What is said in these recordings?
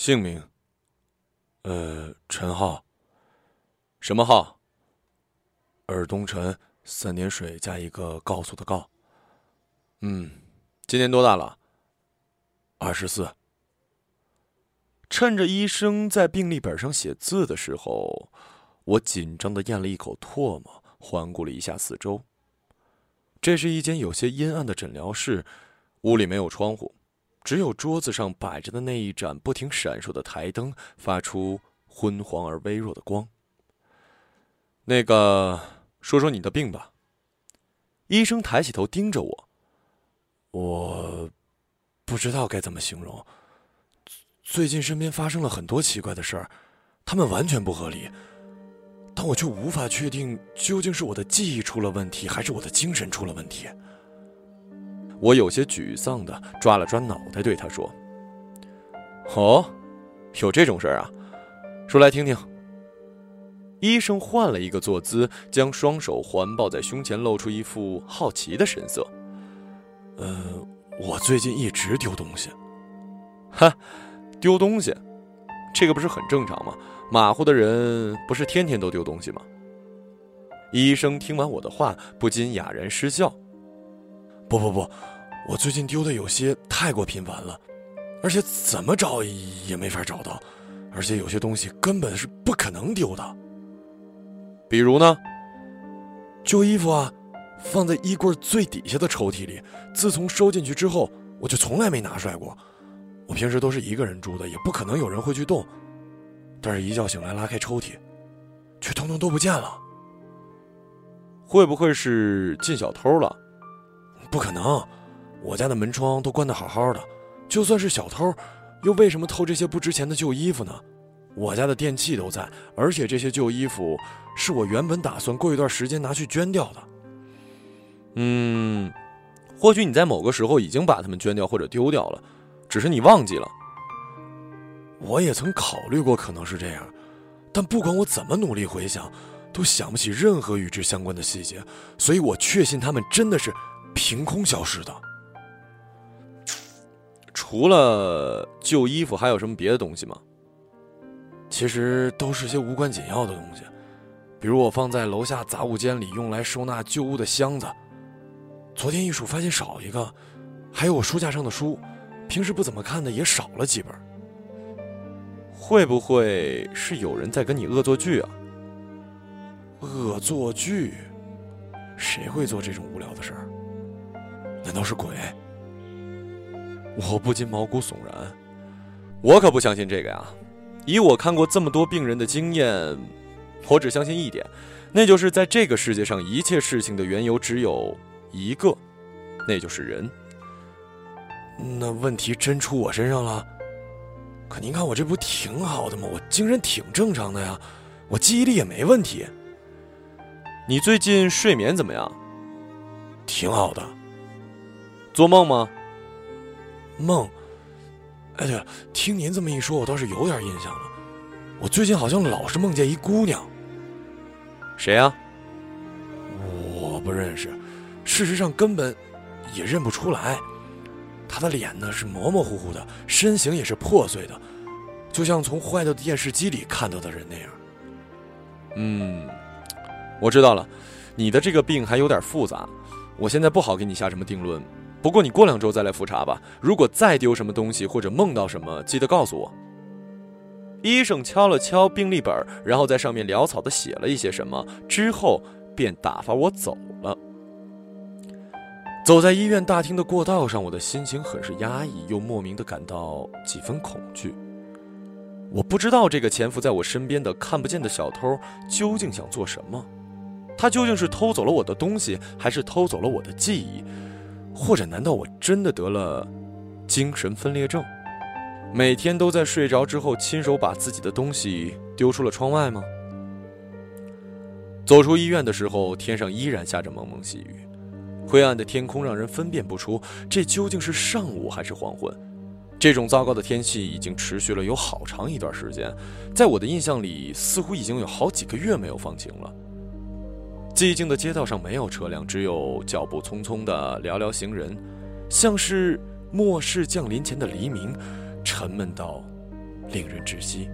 姓名？陈浩。什么浩？尔东陈，3点水加一个告诉的告。今年多大了？24。趁着医生在病历本上写字的时候，我紧张地咽了一口唾沫，环顾了一下四周。这是一间有些阴暗的诊疗室，屋里没有窗户，只有桌子上摆着的那一盏不停闪烁的台灯发出昏黄而微弱的光。那个，说说你的病吧。医生抬起头盯着我。我不知道该怎么形容。最近身边发生了很多奇怪的事儿，他们完全不合理，但我却无法确定究竟是我的记忆出了问题，还是我的精神出了问题。我有些沮丧地抓了抓脑袋，对他说：“哦，有这种事儿啊？说来听听。”医生换了一个坐姿，将双手环抱在胸前，露出一副好奇的神色。我最近一直丢东西。哈，丢东西，这个不是很正常吗？马虎的人不是天天都丢东西吗？医生听完我的话，不禁哑然失笑。不，我最近丢的有些太过频繁了，而且怎么找也没法找到，而且有些东西根本是不可能丢的。比如呢？旧衣服啊，放在衣柜最底下的抽屉里，自从收进去之后，我就从来没拿出来过。我平时都是一个人住的，也不可能有人会去动，但是一觉醒来拉开抽屉，却统统都不见了。会不会是进小偷了？不可能，我家的门窗都关得好好的，就算是小偷，又为什么偷这些不值钱的旧衣服呢？我家的电器都在，而且这些旧衣服是我原本打算过一段时间拿去捐掉的。或许你在某个时候已经把它们捐掉或者丢掉了，只是你忘记了。我也曾考虑过可能是这样，但不管我怎么努力回想，都想不起任何与之相关的细节，所以我确信它们真的是凭空消失的。除了旧衣服，还有什么别的东西吗？其实都是些无关紧要的东西，比如我放在楼下杂物间里用来收纳旧物的箱子，昨天一数发现少一个，还有我书架上的书，平时不怎么看的也少了几本。会不会是有人在跟你恶作剧啊？恶作剧？谁会做这种无聊的事儿？难道是鬼？我不禁毛骨悚然。我可不相信这个呀！以我看过这么多病人的经验，我只相信一点，那就是在这个世界上一切事情的缘由只有一个，那就是人。那问题真出我身上了？可您看我这不挺好的吗？我精神挺正常的呀，我记忆力也没问题。你最近睡眠怎么样？挺好的。做梦吗？梦？哎，对了，听您这么一说，我倒是有点印象了。我最近好像老是梦见一姑娘。谁啊？我不认识，事实上根本也认不出来。她的脸呢是模模糊糊的，身形也是破碎的，就像从坏掉的电视机里看到的人那样。我知道了，你的这个病还有点复杂，我现在不好给你下什么定论。不过你过2周再来复查吧，如果再丢什么东西或者梦到什么，记得告诉我。医生敲了敲病历本，然后在上面潦草地写了一些什么，之后便打发我走了。走在医院大厅的过道上，我的心情很是压抑，又莫名地感到几分恐惧。我不知道这个潜伏在我身边的看不见的小偷究竟想做什么，他究竟是偷走了我的东西，还是偷走了我的记忆？或者难道我真的得了精神分裂症，每天都在睡着之后亲手把自己的东西丢出了窗外吗？走出医院的时候，天上依然下着蒙蒙细雨，灰暗的天空让人分辨不出这究竟是上午还是黄昏。这种糟糕的天气已经持续了有好长一段时间，在我的印象里似乎已经有好几个月没有放晴了。寂静的街道上没有车辆，只有脚步匆匆的寥寥行人，像是末世降临前的黎明，沉闷到令人窒息。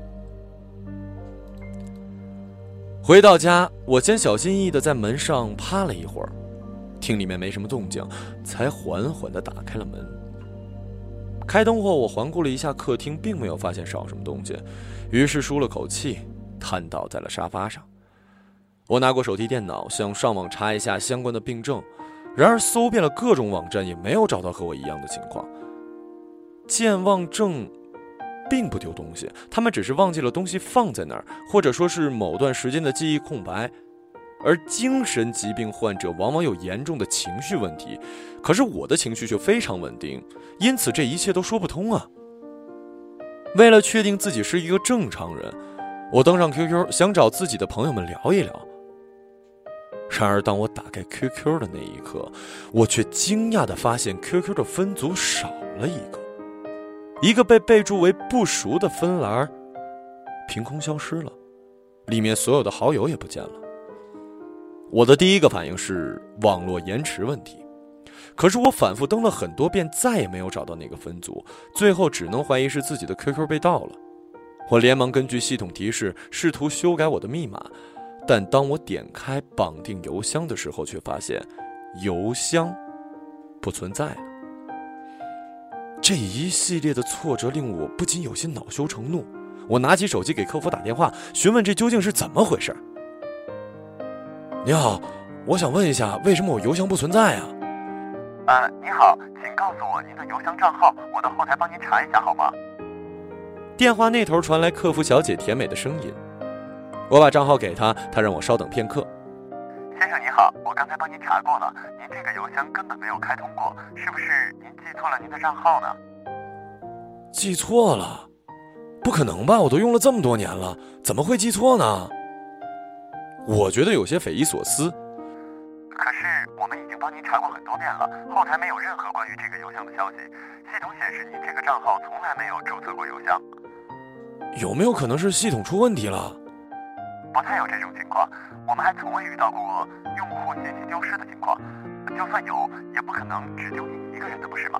回到家，我先小心翼翼地在门上趴了一会儿，听里面没什么动静，才缓缓地打开了门。开灯后，我环顾了一下客厅，并没有发现少什么东西，于是舒了口气，瘫倒在了沙发上。我拿过手提电脑，想上网查一下相关的病症，然而搜遍了各种网站，也没有找到和我一样的情况。健忘症并不丢东西，他们只是忘记了东西放在那儿，或者说是某段时间的记忆空白。而精神疾病患者往往有严重的情绪问题，可是我的情绪却非常稳定，因此这一切都说不通啊。为了确定自己是一个正常人，我登上 QQ， 想找自己的朋友们聊一聊。然而当我打开 QQ 的那一刻，我却惊讶地发现 QQ 的分组少了一个被备注为不熟的分栏凭空消失了，里面所有的好友也不见了。我的第一个反应是网络延迟问题，可是我反复登了很多遍，再也没有找到那个分组，最后只能怀疑是自己的 QQ 被盗了。我连忙根据系统提示试图修改我的密码，但当我点开绑定邮箱的时候，却发现邮箱不存在了。这一系列的挫折令我不禁有些恼羞成怒，我拿起手机给客服打电话，询问这究竟是怎么回事。你好，我想问一下，为什么我邮箱不存在啊？ 你好，请告诉我您的邮箱账号，我到后台帮您查一下好吗？ 电话那头传来客服小姐甜美的声音。我把账号给她，她让我稍等片刻。 先生您好，我刚才帮您查过了，您这个邮箱根本没有开通过，是不是您记错了您的账号呢？ 记错了？不可能吧，我都用了这么多年了，怎么会记错呢？我觉得有些匪夷所思。 可是我们已经帮您查过很多遍了，后台没有任何关于这个邮箱的消息，系统显示您这个账号从来没有注册过邮箱。 有没有可能是系统出问题了？ 不太有这种情况，我们还从未遇到过用户信息丢失的情况，就算有，也不可能只丢你一个人的，不是吗？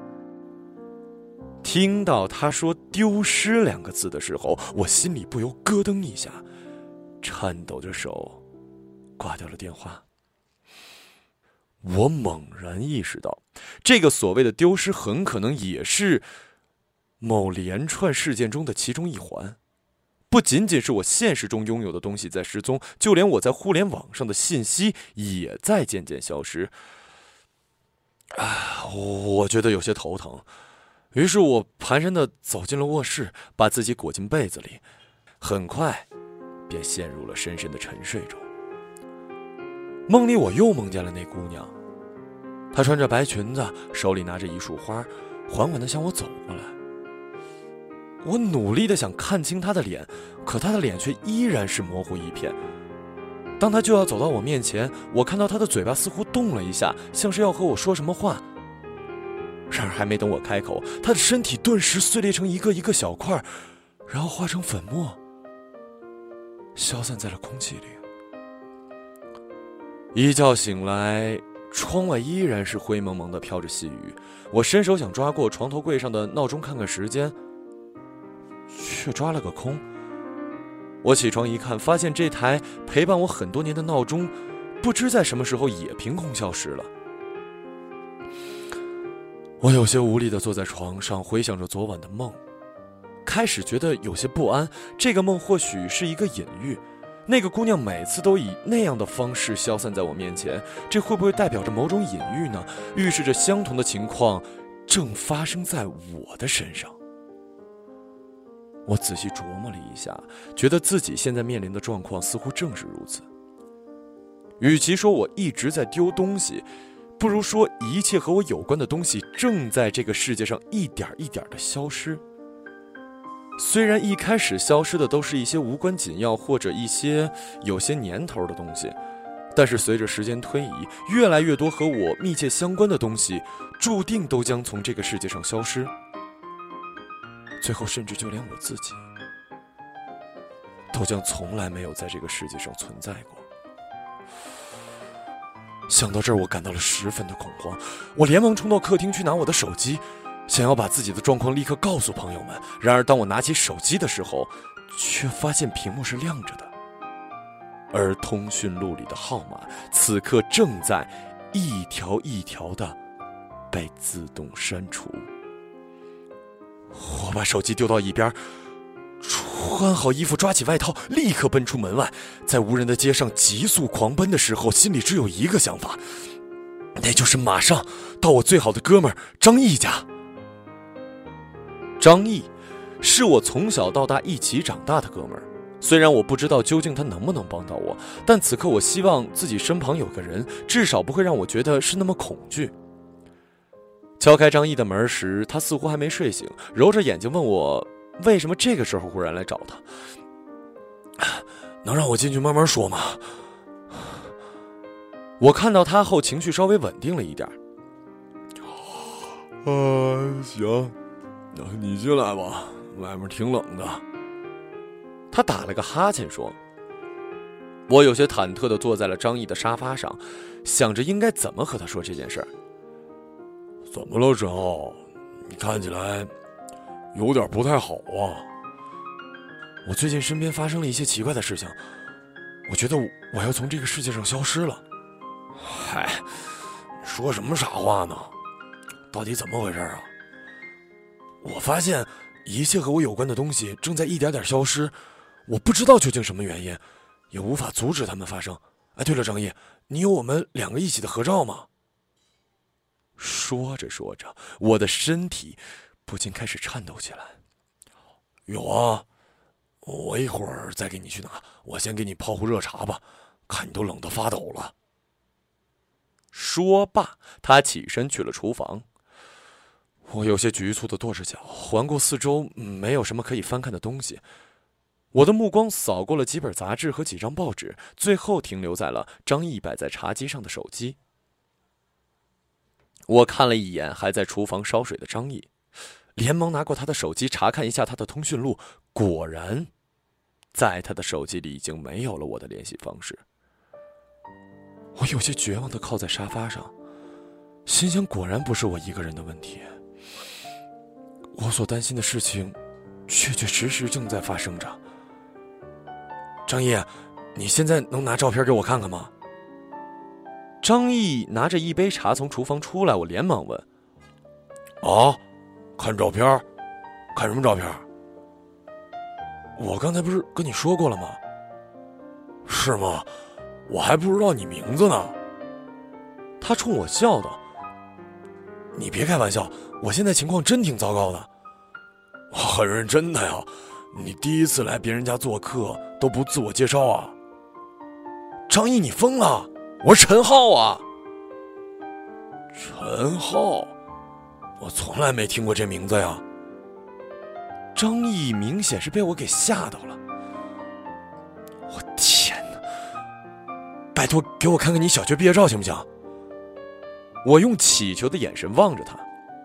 听到他说丢失2个字的时候，我心里不由咯噔一下，颤抖着手挂掉了电话。我猛然意识到，这个所谓的丢失很可能也是某连串事件中的其中一环。不仅仅是我现实中拥有的东西在失踪，就连我在互联网上的信息也在渐渐消失。我觉得有些头疼，于是我蹒跚地走进了卧室，把自己裹进被子里，很快便陷入了深深的沉睡中。梦里我又梦见了那姑娘，她穿着白裙子，手里拿着一束花，缓缓地向我走过来。我努力地想看清她的脸，可她的脸却依然是模糊一片。当她就要走到我面前，我看到她的嘴巴似乎动了一下，像是要和我说什么话。然而还没等我开口，她的身体顿时碎裂成一个一个小块，然后化成粉末，消散在了空气里。一觉醒来，窗外依然是灰蒙蒙的飘着细雨。我伸手想抓过床头柜上的闹钟看看时间，却抓了个空。我起床一看，发现这台陪伴我很多年的闹钟不知在什么时候也凭空消失了。我有些无力地坐在床上，回想着昨晚的梦，开始觉得有些不安。这个梦或许是一个隐喻，那个姑娘每次都以那样的方式消散在我面前，这会不会代表着某种隐喻呢？预示着相同的情况正发生在我的身上。我仔细琢磨了一下，觉得自己现在面临的状况似乎正是如此。与其说我一直在丢东西，不如说一切和我有关的东西正在这个世界上一点一点的消失。虽然一开始消失的都是一些无关紧要或者一些有些年头的东西，但是随着时间推移，越来越多和我密切相关的东西注定都将从这个世界上消失，最后甚至就连我自己都将从来没有在这个世界上存在过。想到这儿，我感到了十分的恐慌，我连忙冲到客厅去拿我的手机， 想要把自己的状况立刻告诉朋友们。然而当我拿起手机的时候，却发现屏幕是亮着的，而通讯录里的号码此刻正在一条一条的被自动删除。我把手机丢到一边，穿好衣服，抓起外套，立刻奔出门外。在无人的街上急速狂奔的时候，心里只有一个想法，那就是马上到我最好的哥们儿张毅家。张毅是我从小到大一起长大的哥们儿，虽然我不知道究竟他能不能帮到我，但此刻我希望自己身旁有个人，至少不会让我觉得是那么恐惧。敲开张毅的门时，他似乎还没睡醒，揉着眼睛问我为什么这个时候忽然来找他。能让我进去慢慢说吗？我看到他后情绪稍微稳定了一点。行，你进来吧，外面挺冷的。他打了个哈欠说。我有些忐忑地坐在了张毅的沙发上，想着应该怎么和他说这件事儿。怎么了，沈浩？你看起来有点不太好啊。我最近身边发生了一些奇怪的事情，我觉得我要从这个世界上消失了。嗨，你说什么傻话呢？到底怎么回事啊？我发现一切和我有关的东西正在一点点消失，我不知道究竟什么原因，也无法阻止它们发生。哎，对了，张毅，你有我们2个一起的合照吗？说着说着，我的身体不禁开始颤抖起来。有啊，我一会儿再给你去拿，我先给你泡壶热茶吧，看你都冷得发抖了。说罢，他起身去了厨房。我有些局促地跺着脚，环顾四周，没有什么可以翻看的东西。我的目光扫过了几本杂志和几张报纸，最后停留在了张毅摆在茶几上的手机。我看了一眼还在厨房烧水的张毅，连忙拿过他的手机查看一下他的通讯录，果然在他的手机里已经没有了我的联系方式。我有些绝望地靠在沙发上，心想果然不是我一个人的问题，我所担心的事情确确实实正在发生着。张毅，你现在能拿照片给我看看吗？张毅拿着一杯茶从厨房出来，我连忙问：啊，看照片？看什么照片？我刚才不是跟你说过了吗？是吗？我还不知道你名字呢。他冲我笑道：你别开玩笑，我现在情况真挺糟糕的。我很认真的呀，你第一次来别人家做客都不自我介绍啊？张毅，你疯了！我是陈浩啊。陈浩？我从来没听过这名字呀。张毅明显是被我给吓到了。我天哪！拜托给我看看你小学毕业照行不行？我用乞求的眼神望着他。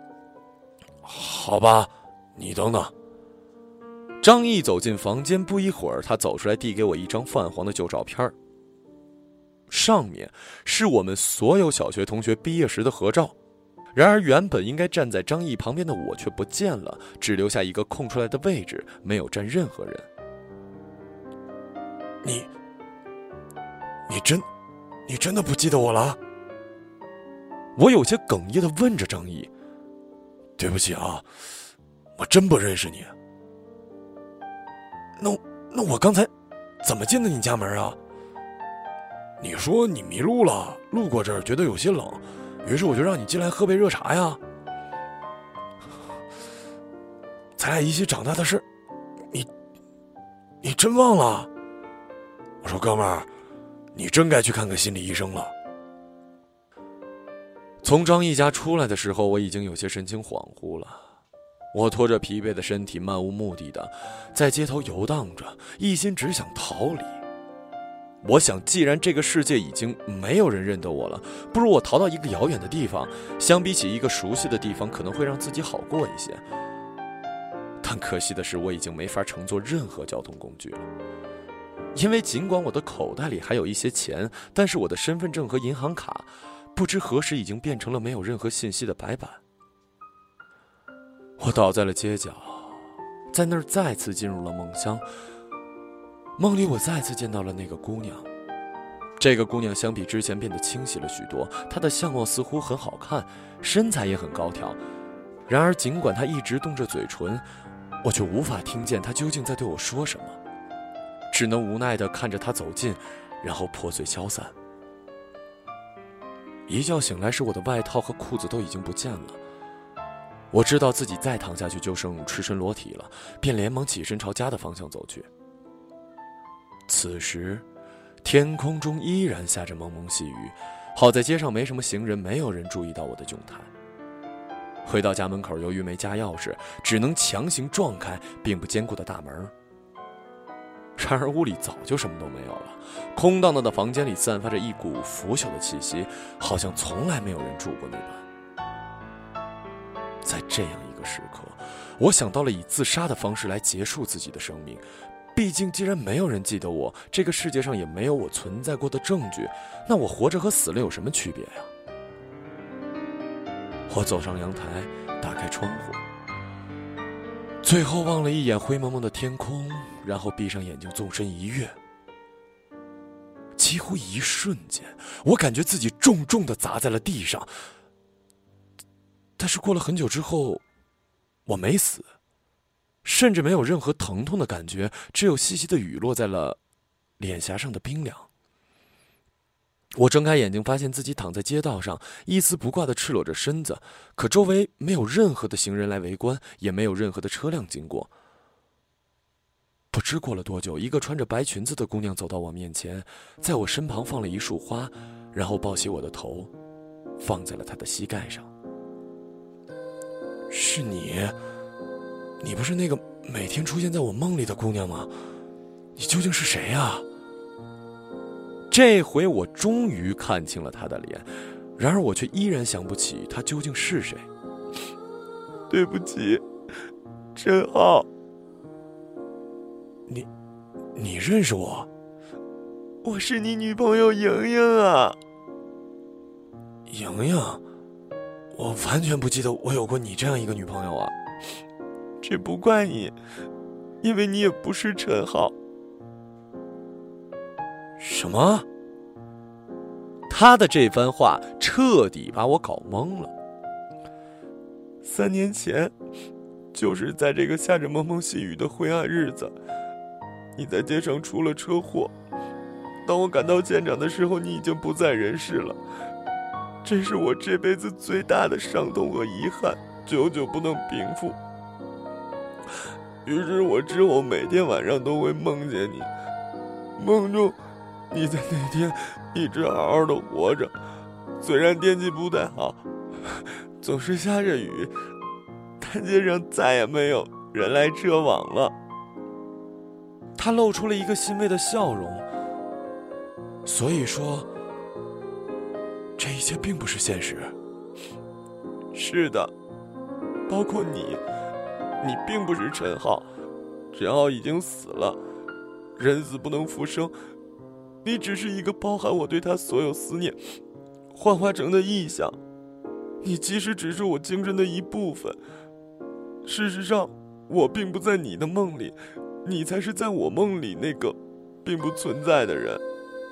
好吧，你等等。张毅走进房间，不一会儿他走出来递给我一张泛黄的旧照片，上面是我们所有小学同学毕业时的合照。然而原本应该站在张毅旁边的我却不见了，只留下一个空出来的位置，没有站任何人。你真的不记得我了？我有些哽咽地问着张毅。对不起啊，我真不认识你。那我刚才怎么进的你家门啊？你说你迷路了，路过这儿觉得有些冷，于是我就让你进来喝杯热茶呀。咱俩一起长大的事，你真忘了？我说哥们儿，你真该去看看心理医生了。从张毅家出来的时候，我已经有些神情恍惚了。我拖着疲惫的身体，漫无目的的在街头游荡着，一心只想逃离。我想，既然这个世界已经没有人认得我了，不如我逃到一个遥远的地方，相比起一个熟悉的地方，可能会让自己好过一些。但可惜的是，我已经没法乘坐任何交通工具了。因为尽管我的口袋里还有一些钱，但是我的身份证和银行卡不知何时已经变成了没有任何信息的白板。 我倒在了街角，在那儿再次进入了梦乡。梦里我再次见到了那个姑娘。这个姑娘相比之前变得清晰了许多，她的相貌似乎很好看，身材也很高挑。然而尽管她一直动着嘴唇，我却无法听见她究竟在对我说什么，只能无奈地看着她走近，然后破碎消散。一觉醒来时，我的外套和裤子都已经不见了。我知道自己再躺下去就剩赤身裸体了，便连忙起身朝家的方向走去。此时天空中依然下着蒙蒙细雨，好在街上没什么行人，没有人注意到我的窘态。回到家门口，由于没家钥匙，只能强行撞开并不坚固的大门。然而屋里早就什么都没有了，空荡荡的房间里散发着一股腐朽的气息，好像从来没有人住过那般。在这样一个时刻，我想到了以自杀的方式来结束自己的生命。毕竟既然没有人记得我，这个世界上也没有我存在过的证据，那我活着和死了有什么区别呀？我走上阳台，打开窗户，最后望了一眼灰蒙蒙的天空，然后闭上眼睛纵身一跃。几乎一瞬间，我感觉自己重重地砸在了地上。但是过了很久之后，我没死，甚至没有任何疼痛的感觉，只有细细的雨落在了脸颊上的冰凉。我睁开眼睛，发现自己躺在街道上，一丝不挂地赤裸着身子，可周围没有任何的行人来围观，也没有任何的车辆经过。不知过了多久，一个穿着白裙子的姑娘走到我面前，在我身旁放了一束花，然后抱起我的头，放在了她的膝盖上。是你？你不是那个每天出现在我梦里的姑娘吗？你究竟是谁呀？这回我终于看清了她的脸，然而我却依然想不起她究竟是谁。 对不起，陈浩。 你认识我？ 我是你女朋友莹莹啊。 莹莹？我完全不记得我有过你这样一个女朋友啊。 这不怪你，因为你也不是陈浩。 什么？他的这番话彻底把我搞懵了。 3年前，就是在这个下着蒙蒙细雨的灰暗日子，你在街上出了车祸。当我赶到现场的时候，你已经不在人世了。这是我这辈子最大的伤痛和遗憾，久久不能平复。于是我之后每天晚上都会梦见你，梦中你在那天一直好好的活着，虽然天气不太好，总是下着雨，大街上再也没有人来车往了。 他露出了一个欣慰的笑容。所以说，这一切并不是现实。 是的，包括你并不是陈浩，陈浩已经死了，人死不能复生，你只是一个包含我对他所有思念幻化成的意象，你其实只是我精神的一部分。事实上，我并不在你的梦里，你才是在我梦里那个并不存在的人。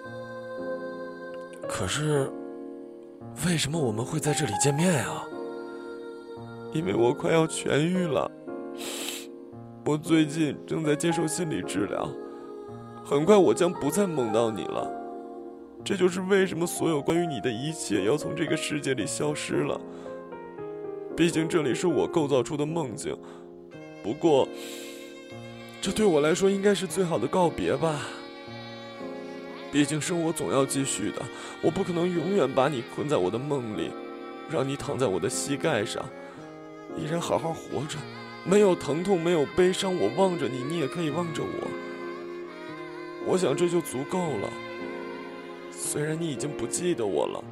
可是，为什么我们会在这里见面呀？ 因为我快要痊愈了，我最近正在接受心理治疗，很快我将不再梦到你了。这就是为什么所有关于你的一切要从这个世界里消失了。毕竟这里是我构造出的梦境，不过这对我来说应该是最好的告别吧。毕竟生活总要继续的，我不可能永远把你困在我的梦里，让你躺在我的膝盖上，依然好好活着，没有疼痛，没有悲伤，我望着你，你也可以望着我。我想这就足够了，虽然你已经不记得我了。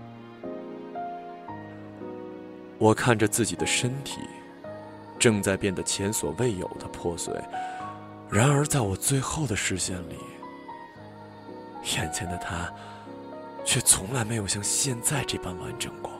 我看着自己的身体正在变得前所未有的破碎，然而在我最后的视线里，眼前的他却从来没有像现在这般完整过。